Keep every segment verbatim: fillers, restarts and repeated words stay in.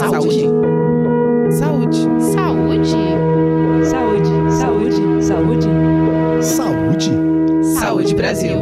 Saúde. Saúde. Saúde. Saúde. Saúde. Saúde. Saúde. Saúde Brasil.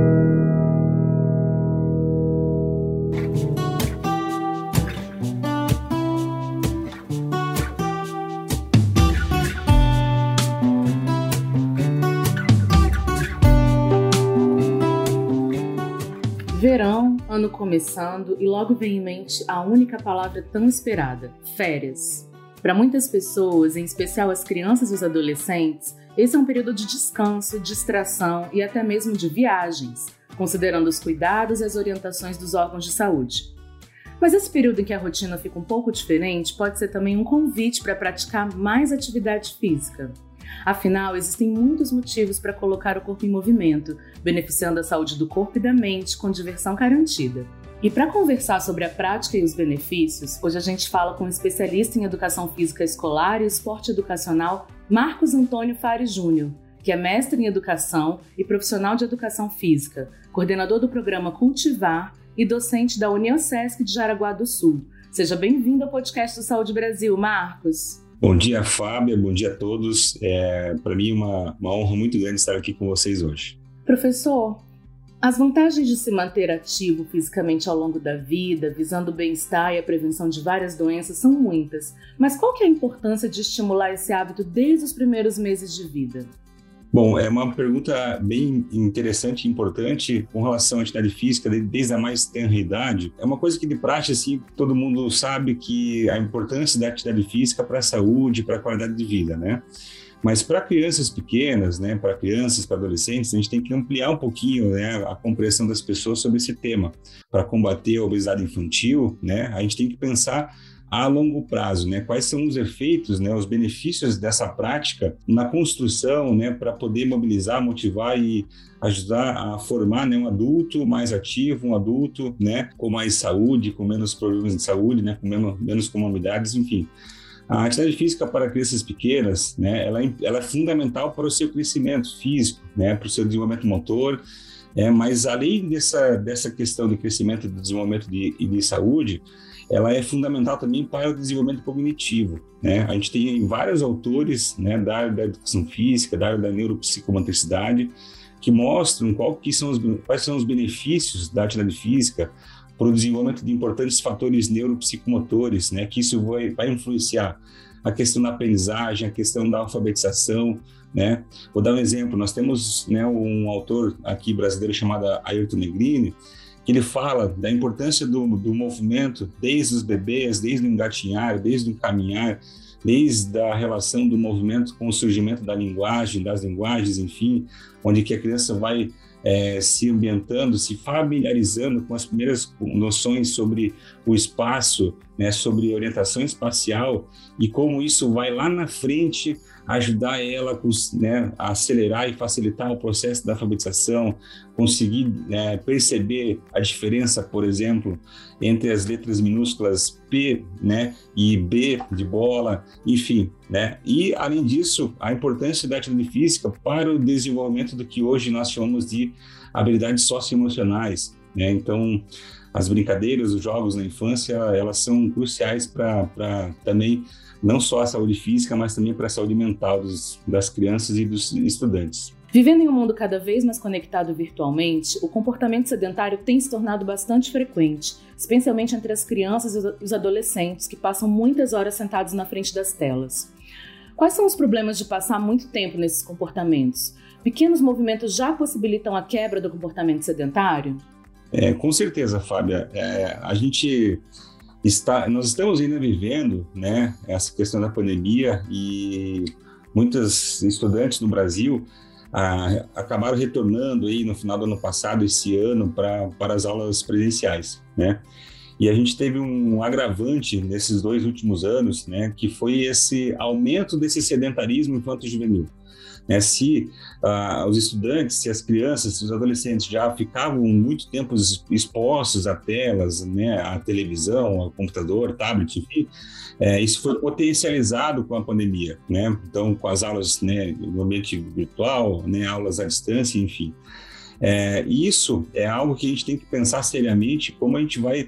Verão, ano começando e logo vem em mente a única palavra tão esperada: férias. Para muitas pessoas, em especial as crianças e os adolescentes, esse é um período de descanso, distração e até mesmo de viagens, considerando os cuidados e as orientações dos órgãos de saúde. Mas esse período em que a rotina fica um pouco diferente pode ser também um convite para praticar mais atividade física. Afinal, existem muitos motivos para colocar o corpo em movimento, beneficiando a saúde do corpo e da mente com diversão garantida. E para conversar sobre a prática e os benefícios, hoje a gente fala com um especialista em educação física escolar e esporte educacional, Marcos Antônio Fares Júnior, que é mestre em educação e profissional de educação física, coordenador do programa Cultivar e docente da Uniocesc de Jaraguá do Sul. Seja bem-vindo ao podcast do Saúde Brasil, Marcos. Bom dia, Fábia. Bom dia a todos. É, para mim, uma, uma honra muito grande estar aqui com vocês hoje. Professor, as vantagens de se manter ativo fisicamente ao longo da vida, visando o bem-estar e a prevenção de várias doenças, são muitas. Mas qual que é a importância de estimular esse hábito desde os primeiros meses de vida? Bom, é uma pergunta bem interessante e importante com relação à atividade física desde a mais tenra idade. É uma coisa que de prática, assim, todo mundo sabe que a importância da atividade física para a saúde, para a qualidade de vida, né? Mas para crianças pequenas, né, para crianças, para adolescentes, a gente tem que ampliar um pouquinho, né, a compreensão das pessoas sobre esse tema. Para combater a obesidade infantil, né, a gente tem que pensar a longo prazo, né? Quais são os efeitos, né, os benefícios dessa prática na construção, né, para poder mobilizar, motivar e ajudar a formar, né, um adulto mais ativo, um adulto, né, com mais saúde, com menos problemas de saúde, né, com menos, menos comorbidades, enfim. A atividade física para crianças pequenas, né, ela, ela é fundamental para o seu crescimento físico, né, para o seu desenvolvimento motor. É, mas além dessa, dessa questão de crescimento, de desenvolvimento de, e de saúde, ela é fundamental também para o desenvolvimento cognitivo, né? A gente tem vários autores, né, da área da educação física, da área da neuropsicomotricidade, que mostram qual que são os, quais são os benefícios da atividade física para o desenvolvimento de importantes fatores neuropsicomotores, né, que isso vai, vai influenciar a questão da aprendizagem, a questão da alfabetização, né? Vou dar um exemplo. Nós temos, né, um autor aqui brasileiro chamado Ayrton Negrini, que ele fala da importância do, do movimento desde os bebês, desde o engatinhar, desde o caminhar, desde a relação do movimento com o surgimento da linguagem, das linguagens, enfim, onde que a criança vai é, se ambientando, se familiarizando com as primeiras noções sobre o espaço, né, sobre orientação espacial e como isso vai lá na frente ajudar ela, né, a acelerar e facilitar o processo da alfabetização, conseguir, né, perceber a diferença, por exemplo, entre as letras minúsculas P, né, e B de bola, enfim, né? E, além disso, a importância da atividade física para o desenvolvimento do que hoje nós chamamos de habilidades socioemocionais, né? Então, as brincadeiras, os jogos na infância, elas são cruciais para também não só a saúde física, mas também para a saúde mental dos, das crianças e dos estudantes. Vivendo em um mundo cada vez mais conectado virtualmente, o comportamento sedentário tem se tornado bastante frequente, especialmente entre as crianças e os adolescentes, que passam muitas horas sentados na frente das telas. Quais são os problemas de passar muito tempo nesses comportamentos? Pequenos movimentos já possibilitam a quebra do comportamento sedentário? É, com certeza, Fábia. É, a gente... Está, nós estamos ainda vivendo, né, essa questão da pandemia e muitos estudantes no Brasil ah, acabaram retornando aí no final do ano passado, esse ano, pra, para as aulas presenciais, né? E a gente teve um agravante nesses dois últimos anos, né, que foi esse aumento desse sedentarismo infanto-juvenil. Né, se uh, os estudantes, se as crianças, se os adolescentes já ficavam muito tempo expostos a telas, né, à televisão, ao computador, tablet, enfim, é, isso foi potencializado com a pandemia, né? Então, com as aulas, né, no ambiente virtual, né, aulas à distância, enfim. É, isso é algo que a gente tem que pensar seriamente como a gente vai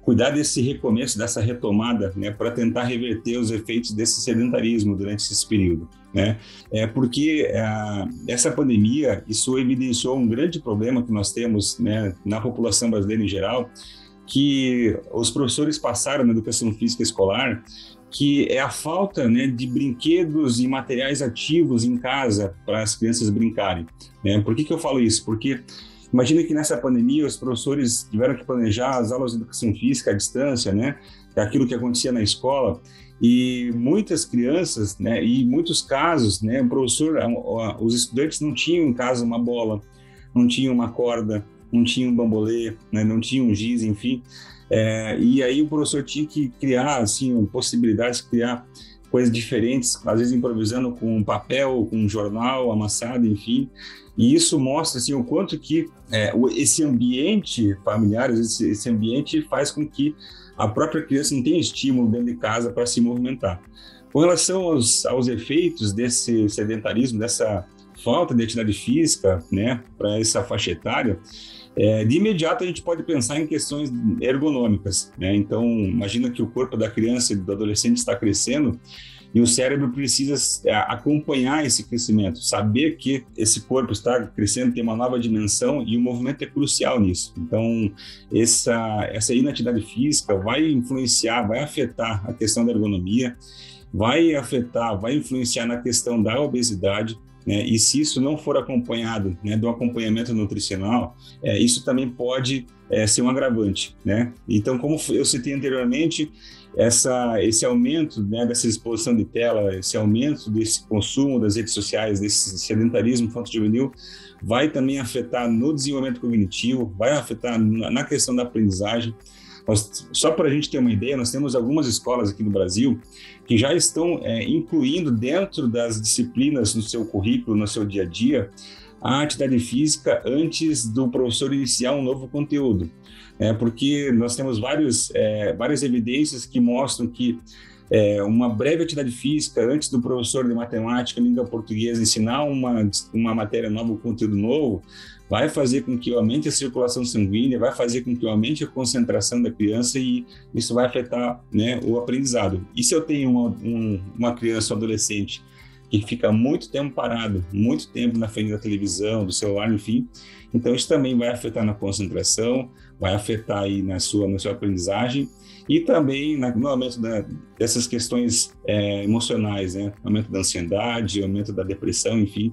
cuidar desse recomeço, dessa retomada, né, para tentar reverter os efeitos desse sedentarismo durante esse período, né? É porque a, essa pandemia, isso evidenciou um grande problema que nós temos, né, na população brasileira em geral, que os professores passaram na educação física escolar, que é a falta, né, de brinquedos e materiais ativos em casa para as crianças brincarem, né? Por que que eu falo isso? Porque imagina que nessa pandemia os professores tiveram que planejar as aulas de educação física à distância, né? Aquilo que acontecia na escola, e muitas crianças, né, e muitos casos, né, o professor, os estudantes não tinham em casa uma bola, não tinham uma corda, não tinham um bambolê, né, não tinham um giz, enfim. É, e aí o professor tinha que criar, assim, possibilidades de criar coisas diferentes, às vezes improvisando com papel, com um jornal amassado, enfim. E isso mostra, assim, o quanto que é, esse ambiente familiar, esse, esse ambiente faz com que a própria criança não tenha estímulo dentro de casa para se movimentar. Com relação aos, aos efeitos desse sedentarismo, dessa falta de atividade física, né, para essa faixa etária, é, de imediato a gente pode pensar em questões ergonômicas, né? Então, imagina que o corpo da criança e do adolescente está crescendo e o cérebro precisa acompanhar esse crescimento, saber que esse corpo está crescendo, tem uma nova dimensão e o movimento é crucial nisso. Então, essa, essa inatividade física vai influenciar, vai afetar a questão da ergonomia, vai afetar, vai influenciar na questão da obesidade, né? E se isso não for acompanhado, né, do acompanhamento nutricional, é, isso também pode é, ser um agravante, né? Então, como eu citei anteriormente, essa, esse aumento, né, dessa exposição de tela, esse aumento desse consumo das redes sociais, desse sedentarismo infanto-juvenil, vai também afetar no desenvolvimento cognitivo, vai afetar na, na questão da aprendizagem. Nós, só para a gente ter uma ideia, nós temos algumas escolas aqui no Brasil que já estão é, incluindo dentro das disciplinas no seu currículo, no seu dia a dia, a atividade física antes do professor iniciar um novo conteúdo. É, porque nós temos vários, é, várias evidências que mostram que é, uma breve atividade física antes do professor de matemática, língua portuguesa, ensinar uma, uma matéria nova, um conteúdo novo, vai fazer com que aumente a circulação sanguínea, vai fazer com que aumente a concentração da criança e isso vai afetar, né, o aprendizado. E se eu tenho uma, um, uma criança ou adolescente que fica muito tempo parado, muito tempo na frente da televisão, do celular, enfim, então isso também vai afetar na concentração, vai afetar aí na sua, na sua aprendizagem e também na, no aumento da, dessas questões é, emocionais, né? Aumento da ansiedade, aumento da depressão, enfim.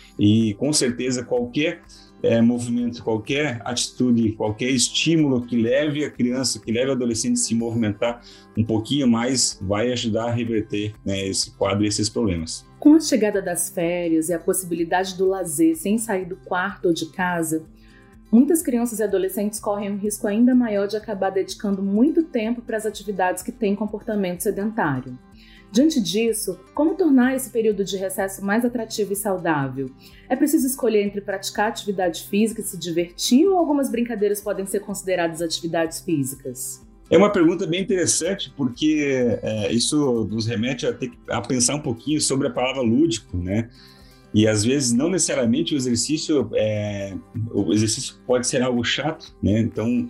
E com certeza qualquer é, movimento, qualquer atitude, qualquer estímulo que leve a criança, que leve o adolescente a se movimentar um pouquinho mais, vai ajudar a reverter, né, esse quadro e esses problemas. Com a chegada das férias e a possibilidade do lazer sem sair do quarto ou de casa, muitas crianças e adolescentes correm um risco ainda maior de acabar dedicando muito tempo para as atividades que têm comportamento sedentário. Diante disso, como tornar esse período de recesso mais atrativo e saudável? É preciso escolher entre praticar atividade física e se divertir ou algumas brincadeiras podem ser consideradas atividades físicas? É uma pergunta bem interessante, porque é, isso nos remete a, ter, a pensar um pouquinho sobre a palavra lúdico, né? E às vezes não necessariamente o exercício, é, o exercício pode ser algo chato, né? Então,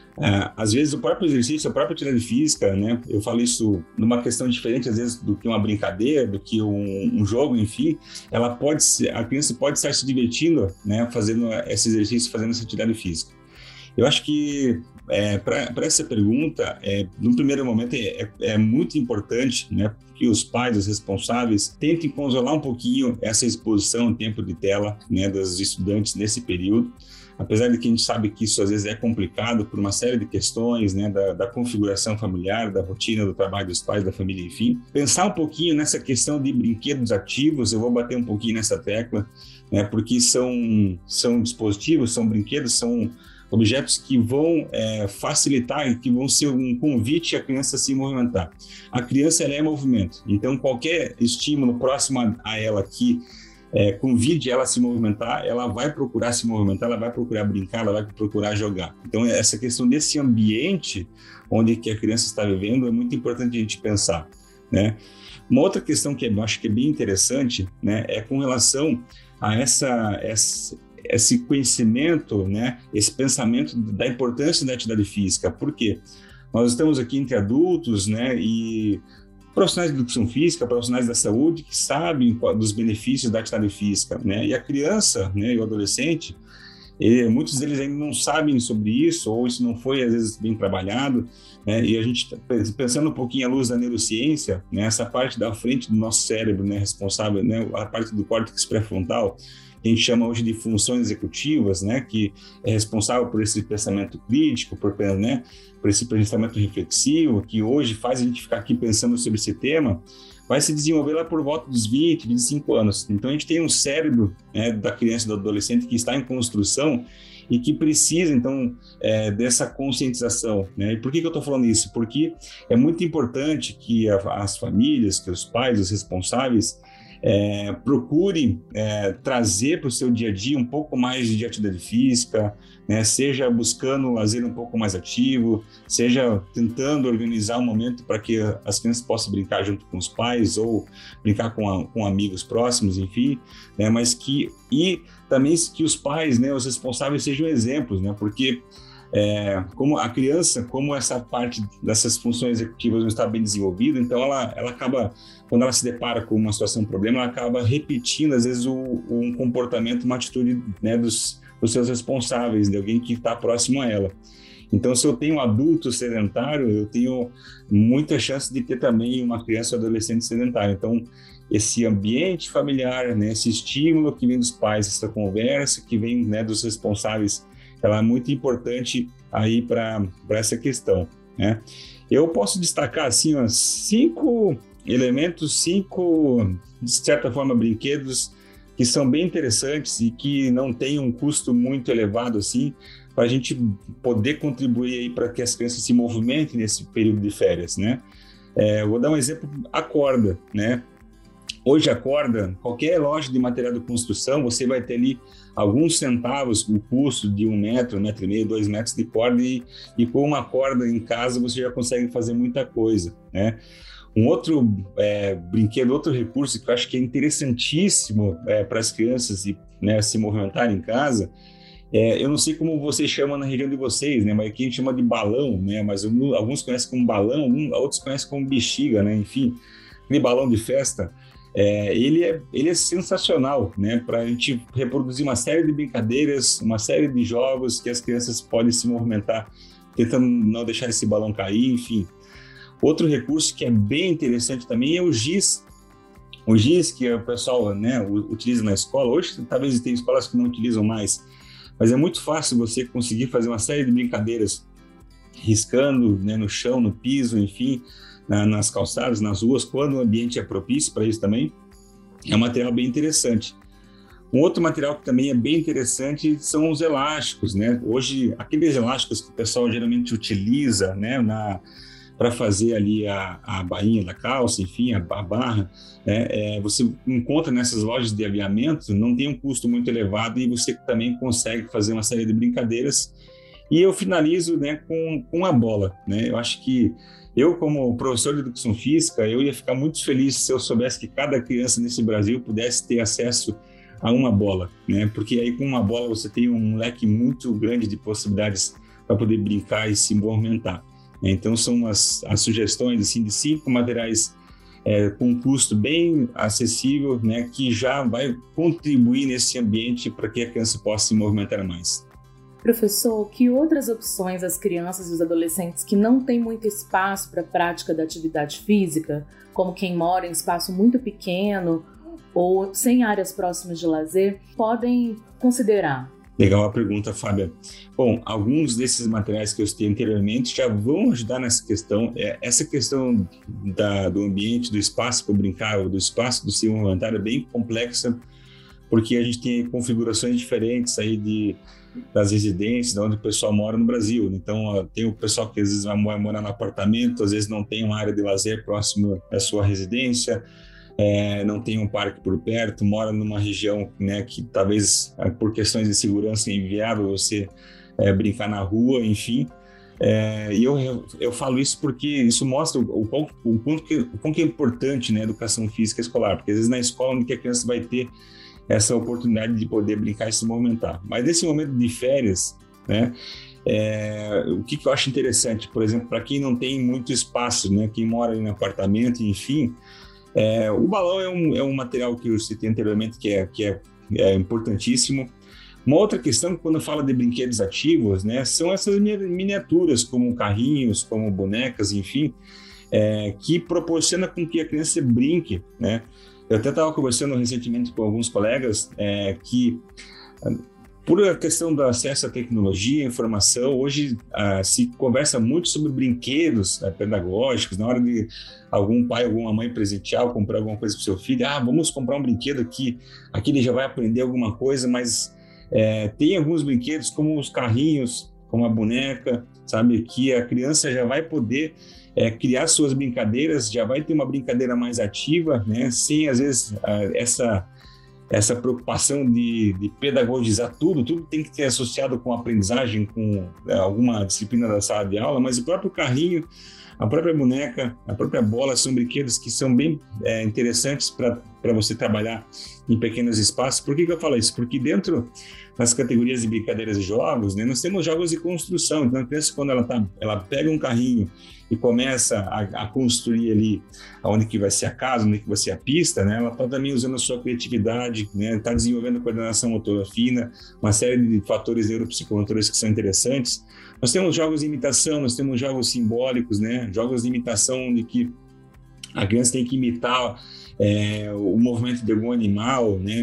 é, às vezes o próprio exercício, a própria atividade física, né? Eu falo isso numa questão diferente às vezes do que uma brincadeira, do que um, um jogo, enfim. Ela pode ser, a criança pode estar se divertindo, né? Fazendo esse exercício, fazendo essa atividade física. Eu acho que é, para essa pergunta, é, no primeiro momento, é, é muito importante, né, que os pais, os responsáveis, tentem controlar um pouquinho essa exposição, tempo de tela, né, dos estudantes nesse período. Apesar de que a gente sabe que isso às vezes é complicado por uma série de questões, né, da, da configuração familiar, da rotina do trabalho dos pais, da família, enfim. Pensar um pouquinho nessa questão de brinquedos ativos, eu vou bater um pouquinho nessa tecla, né, porque são, são dispositivos, são brinquedos, são objetos que vão é, facilitar e que vão ser um convite à criança a se movimentar. A criança, ela é movimento, então qualquer estímulo próximo a, a ela que é, convide ela a se movimentar, ela vai procurar se movimentar, ela vai procurar brincar, ela vai procurar jogar. Então essa questão desse ambiente onde que a criança está vivendo é muito importante a gente pensar, né? Uma outra questão que eu acho que é bem interessante, né, é com relação a essa... essa esse conhecimento, né, esse pensamento da importância da atividade física. Por quê? Nós estamos aqui entre adultos, né, e profissionais de educação física, profissionais da saúde que sabem dos benefícios da atividade física, né, e a criança, né, e o adolescente, e muitos deles ainda não sabem sobre isso, ou isso não foi, às vezes, bem trabalhado, né? E a gente, pensando um pouquinho à luz da neurociência, né, essa parte da frente do nosso cérebro, né, responsável, né, a parte do córtex pré-frontal, que a gente chama hoje de funções executivas, né, que é responsável por esse pensamento crítico, por, né, por esse pensamento reflexivo, que hoje faz a gente ficar aqui pensando sobre esse tema, vai se desenvolver lá por volta dos vinte, vinte e cinco anos. Então, a gente tem um cérebro, né, da criança e do adolescente que está em construção e que precisa, então, é, dessa conscientização, né? E por que que eu estou falando isso? Porque é muito importante que a, as famílias, que os pais, os responsáveis, É, procure é, trazer para o seu dia a dia um pouco mais de atividade física, né? Seja buscando um lazer um pouco mais ativo, seja tentando organizar um momento para que as crianças possam brincar junto com os pais ou brincar com, a, com amigos próximos, enfim, né? Mas que, e também que os pais, né, os responsáveis sejam exemplos, né? Porque É, como a criança, como essa parte dessas funções executivas não está bem desenvolvida, então ela, ela acaba, quando ela se depara com uma situação, um problema, ela acaba repetindo, às vezes, o, um comportamento, uma atitude, né, dos, dos seus responsáveis, de alguém que está próximo a ela. Então, se eu tenho um adulto sedentário, eu tenho muita chance de ter também uma criança ou adolescente sedentário. Então, esse ambiente familiar, né, esse estímulo que vem dos pais, essa conversa que vem, né, dos responsáveis, ela é muito importante aí para essa questão, né? Eu posso destacar, assim, ó, cinco elementos, cinco, de certa forma, brinquedos que são bem interessantes e que não têm um custo muito elevado, assim, para a gente poder contribuir aí para que as crianças se movimentem nesse período de férias, né? É, vou dar um exemplo, a corda, né? Hoje a corda, qualquer loja de material de construção, você vai ter ali alguns centavos, o custo de um metro, um metro e meio, dois metros de corda, e, e com uma corda em casa você já consegue fazer muita coisa, né? Um outro é, brinquedo, outro recurso que eu acho que é interessantíssimo é, para as crianças e, né, se movimentarem em casa, é, eu não sei como vocês chamam na região de vocês, né? Mas aqui a gente chama de balão, né? Mas alguns conhecem como balão, outros conhecem como bexiga, né? Enfim, aquele balão de festa. É, ele, é, ele é sensacional, né, para a gente reproduzir uma série de brincadeiras, uma série de jogos que as crianças podem se movimentar, tentando não deixar esse balão cair, enfim. Outro recurso que é bem interessante também é o giz. O giz que o pessoal, né, utiliza na escola. Hoje talvez tem escolas que não utilizam mais, mas é muito fácil você conseguir fazer uma série de brincadeiras riscando, né, no chão, no piso, enfim, Na, nas calçadas, nas ruas, quando o ambiente é propício para isso também. É um material bem interessante. Um outro material que também é bem interessante são os elásticos, né? Hoje, aqueles elásticos que o pessoal geralmente utiliza, né, para fazer ali a, a bainha da calça, enfim, a, a barra, né, é, você encontra nessas lojas de aviamento, não tem um custo muito elevado e você também consegue fazer uma série de brincadeiras. E eu finalizo, né, com, com a bola, né? Eu acho que eu, como professor de educação física, eu ia ficar muito feliz se eu soubesse que cada criança nesse Brasil pudesse ter acesso a uma bola, né? Porque aí com uma bola você tem um leque muito grande de possibilidades para poder brincar e se movimentar. Então são as, as sugestões assim, de cinco materiais é, com custo bem acessível, né? Que já vai contribuir nesse ambiente para que a criança possa se movimentar mais. Professor, que outras opções as crianças e os adolescentes que não têm muito espaço para a prática da atividade física, como quem mora em espaço muito pequeno ou sem áreas próximas de lazer, podem considerar? Legal a pergunta, Fábia. Bom, alguns desses materiais que eu citei anteriormente já vão ajudar nessa questão. Essa questão da, do ambiente, do espaço para brincar, do espaço do se movimentar é bem complexa, porque a gente tem configurações diferentes aí de das residências, de onde o pessoal mora no Brasil. Então, ó, tem o pessoal que às vezes vai morar no apartamento, às vezes não tem uma área de lazer próximo da sua residência, é, não tem um parque por perto, mora numa região, né, que talvez por questões de segurança é inviável você é, brincar na rua, enfim. É, e eu, eu falo isso porque isso mostra o, o, o, quanto que, o quanto que é importante, né, a educação física escolar, porque às vezes na escola onde que a criança vai ter essa oportunidade de poder brincar e se movimentar. Mas nesse momento de férias, né, É, o que, que eu acho interessante, por exemplo, para quem não tem muito espaço, né, quem mora em apartamento, enfim, é, o balão é um, é um material que eu citei anteriormente que é, que é, é importantíssimo. Uma outra questão, quando fala de brinquedos ativos, né, são essas miniaturas, como carrinhos, como bonecas, enfim, é, que proporciona com que a criança brinque, né? Eu até estava conversando recentemente com alguns colegas é, que, por a questão do acesso à tecnologia, à informação, hoje ah, se conversa muito sobre brinquedos né, pedagógicos, na hora de algum pai, alguma mãe presentear ou comprar alguma coisa para o seu filho, ah, vamos comprar um brinquedo aqui, aqui ele já vai aprender alguma coisa, mas é, tem alguns brinquedos como os carrinhos, como a boneca, sabe, que a criança já vai poder é, criar suas brincadeiras, já vai ter uma brincadeira mais ativa, né, sem às vezes essa, essa preocupação de, de pedagogizar tudo, tudo tem que ser associado com aprendizagem, com é, alguma disciplina da sala de aula, mas o próprio carrinho, a própria boneca, a própria bola são brinquedos que são bem é, interessantes para você trabalhar em pequenos espaços. Por que que eu falo isso? Porque dentro das categorias de brincadeiras e jogos, né, nós temos jogos de construção. Então a criança, quando ela, tá, ela pega um carrinho e começa a, a construir ali onde que vai ser a casa, onde que vai ser a pista, né, ela está também usando a sua criatividade, né, está desenvolvendo coordenação motora fina, uma série de fatores neuropsicomotores que são interessantes. Nós temos jogos de imitação, nós temos jogos simbólicos, né, jogos de imitação onde que a criança tem que imitar é, o movimento de algum animal, né,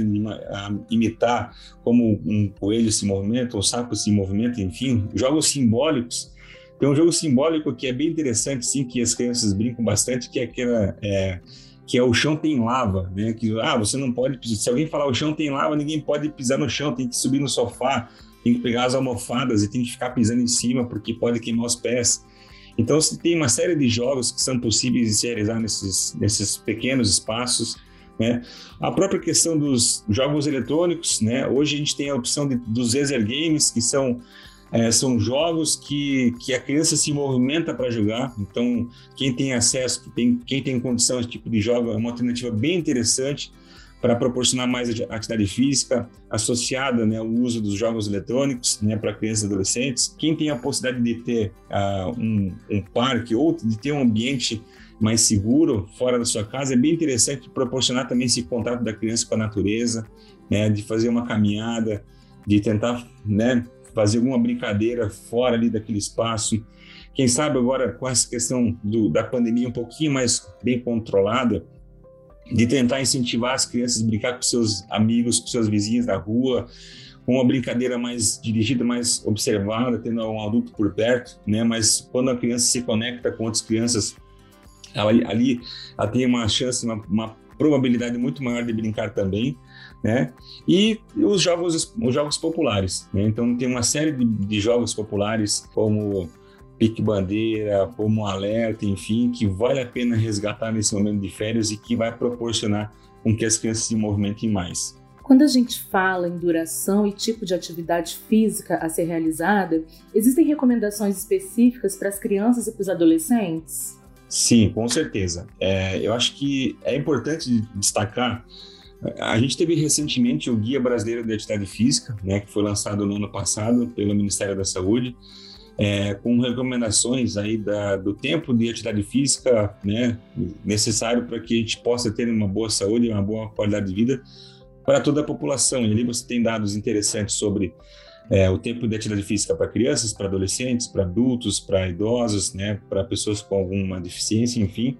imitar como um coelho se movimenta, um sapo se movimenta, enfim, jogos simbólicos. Tem um jogo simbólico que é bem interessante, sim, que as crianças brincam bastante, que é aquela, é, que é o chão tem lava, né, que, ah, você não pode, se alguém falar o chão tem lava, ninguém pode pisar no chão, tem que subir no sofá, tem que pegar as almofadas e tem que ficar pisando em cima, porque pode queimar os pés. Então, você tem uma série de jogos que são possíveis de se realizar nesses, nesses pequenos espaços, né? A própria questão dos jogos eletrônicos, né? Hoje a gente tem a opção de, dos laser games, que são, é, são jogos que, que a criança se movimenta para jogar. Então, quem tem acesso, quem tem, quem tem condição desse tipo de jogo, é uma alternativa bem interessante para proporcionar mais atividade física associada, né, ao uso dos jogos eletrônicos, né, para crianças e adolescentes. Quem tem a possibilidade de ter uh, um, um parque ou de ter um ambiente mais seguro fora da sua casa, é bem interessante proporcionar também esse contato da criança com a natureza, né, de fazer uma caminhada, de tentar, né, fazer alguma brincadeira fora ali daquele espaço. Quem sabe agora com essa questão do, da pandemia um pouquinho mais bem controlada, de tentar incentivar as crianças a brincar com seus amigos, com seus vizinhos da rua, com uma brincadeira mais dirigida, mais observada, tendo um adulto por perto, né? Mas quando a criança se conecta com outras crianças, ela, ali ela tem uma chance, uma, uma probabilidade muito maior de brincar também, né? E os jogos, os jogos populares, né? Então tem uma série de, de jogos populares como pique-bandeira, como alerta, enfim, que vale a pena resgatar nesse momento de férias e que vai proporcionar com que as crianças se movimentem mais. Quando a gente fala em duração e tipo de atividade física a ser realizada, existem recomendações específicas para as crianças e para os adolescentes? Sim, com certeza. É, eu acho que é importante destacar, a gente teve recentemente o Guia Brasileiro de Atividade Física, né, que foi lançado no ano passado pelo Ministério da Saúde, É, com recomendações aí da, do tempo de atividade física, né, necessário para que a gente possa ter uma boa saúde, uma boa qualidade de vida para toda a população. E ali você tem dados interessantes sobre é, o tempo de atividade física para crianças, para adolescentes, para adultos, para idosos, né, para pessoas com alguma deficiência, enfim.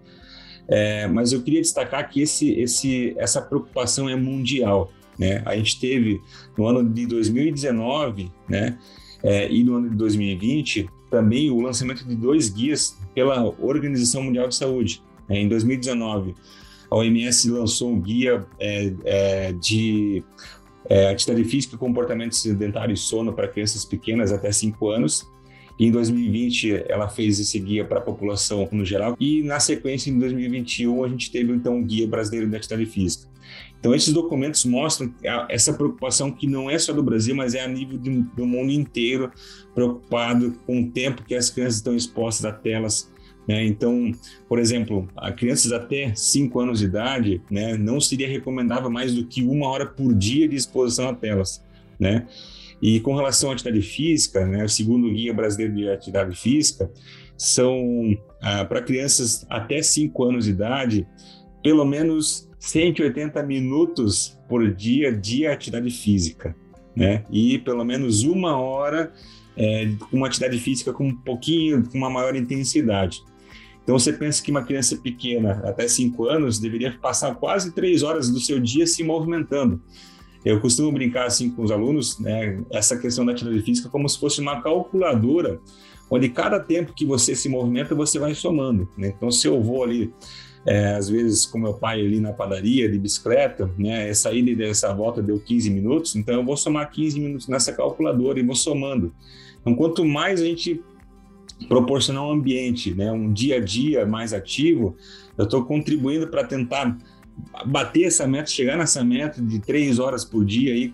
É, mas eu queria destacar que esse, esse, essa preocupação é mundial, né? A gente teve no ano de dois mil e dezenove, né, É, e no ano de dois mil e vinte, também o lançamento de dois guias pela Organização Mundial de Saúde. É, em dois mil e dezenove, a O M S lançou um guia é, é, de é, atividade física, comportamento sedentário e sono para crianças pequenas até cinco anos. E em dois mil e vinte, ela fez esse guia para a população no geral. E, na sequência, em dois mil e vinte e um, a gente teve, então, o Guia Brasileiro de Atividade Física. Então, esses documentos mostram essa preocupação que não é só do Brasil, mas é a nível do, do mundo inteiro, preocupado com o tempo que as crianças estão expostas a telas, né? Então, por exemplo, a crianças até cinco anos de idade, né, não seria recomendável mais do que uma hora por dia de exposição a telas, né? E com relação à atividade física, né, o segundo Guia Brasileiro de Atividade Física, são ah, para crianças até cinco anos de idade, pelo menos cento e oitenta minutos por dia de atividade física, né? E pelo menos uma hora é, com uma atividade física com um pouquinho, com uma maior intensidade. Então você pensa que uma criança pequena, até cinco anos, deveria passar quase três horas do seu dia se movimentando. Eu costumo brincar assim com os alunos, né, essa questão da atividade física como se fosse uma calculadora, onde cada tempo que você se movimenta, você vai somando, né? Então se eu vou ali, é, às vezes com meu pai ali na padaria de bicicleta, né, essa ida e dessa volta deu quinze minutos, então eu vou somar quinze minutos nessa calculadora e vou somando. Então quanto mais a gente proporcionar um ambiente, né, um dia a dia mais ativo, eu estou contribuindo para tentar bater essa meta, chegar nessa meta de três horas por dia aí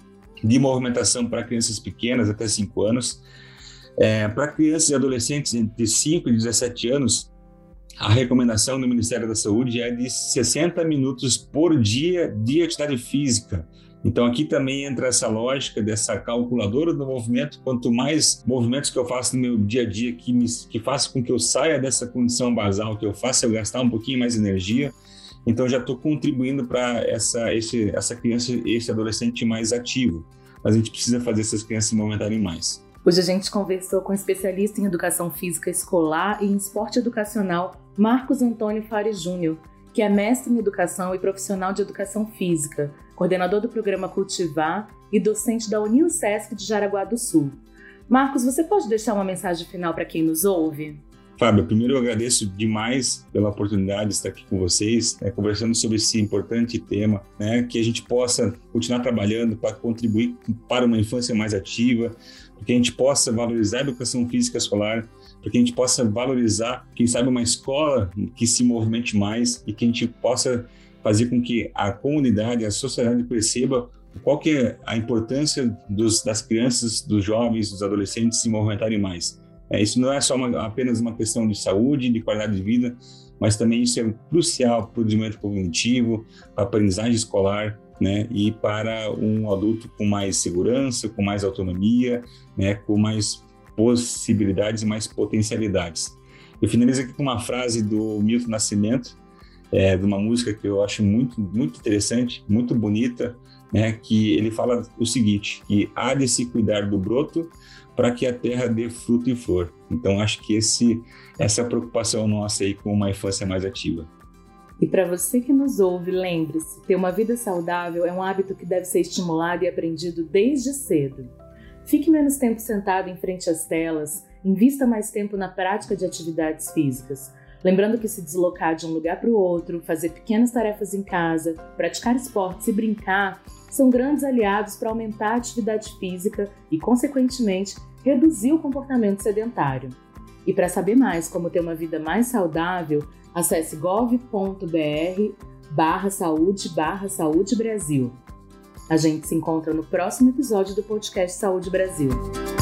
de movimentação para crianças pequenas até cinco anos. É, para crianças e adolescentes entre cinco e dezessete anos, a recomendação do Ministério da Saúde é de sessenta minutos por dia de atividade física. Então aqui também entra essa lógica dessa calculadora do movimento. Quanto mais movimentos que eu faço no meu dia a dia que, me, que faça com que eu saia dessa condição basal, que eu faça eu gastar um pouquinho mais de energia, então já estou contribuindo para essa, esse, essa criança, esse adolescente mais ativo. Mas a gente precisa fazer essas crianças se movimentarem mais. Hoje a gente conversou com o especialista em educação física escolar e em esporte educacional, Marcos Antônio Fares Júnior, que é mestre em educação e profissional de educação física, coordenador do programa Cultivar e docente da UniSesc de Jaraguá do Sul. Marcos, você pode deixar uma mensagem final para quem nos ouve? Fábio, primeiro eu agradeço demais pela oportunidade de estar aqui com vocês, né, conversando sobre esse importante tema, né, que a gente possa continuar trabalhando para contribuir para uma infância mais ativa, para que a gente possa valorizar a educação física escolar, para que a gente possa valorizar, quem sabe, uma escola que se movimente mais e que a gente possa fazer com que a comunidade, a sociedade perceba qual que é a importância dos, das crianças, dos jovens, dos adolescentes se movimentarem mais. É, isso não é só uma, apenas uma questão de saúde, de qualidade de vida, mas também isso é crucial para o desenvolvimento cognitivo, para a aprendizagem escolar, né, e para um adulto com mais segurança, com mais autonomia, né, com mais possibilidades e mais potencialidades. Eu finalizo aqui com uma frase do Milton Nascimento, é, de uma música que eu acho muito, muito interessante, muito bonita, né, que ele fala o seguinte, que há de se cuidar do broto para que a terra dê fruto e flor. Então, acho que esse, essa é a preocupação nossa aí com uma infância mais ativa. E para você que nos ouve, lembre-se, ter uma vida saudável é um hábito que deve ser estimulado e aprendido desde cedo. Fique menos tempo sentado em frente às telas, invista mais tempo na prática de atividades físicas. Lembrando que se deslocar de um lugar para o outro, fazer pequenas tarefas em casa, praticar esportes e brincar são grandes aliados para aumentar a atividade física e, consequentemente, reduzir o comportamento sedentário. E para saber mais como ter uma vida mais saudável, acesse gov ponto br barra saúde barra saúde Brasil. A gente se encontra no próximo episódio do podcast Saúde Brasil.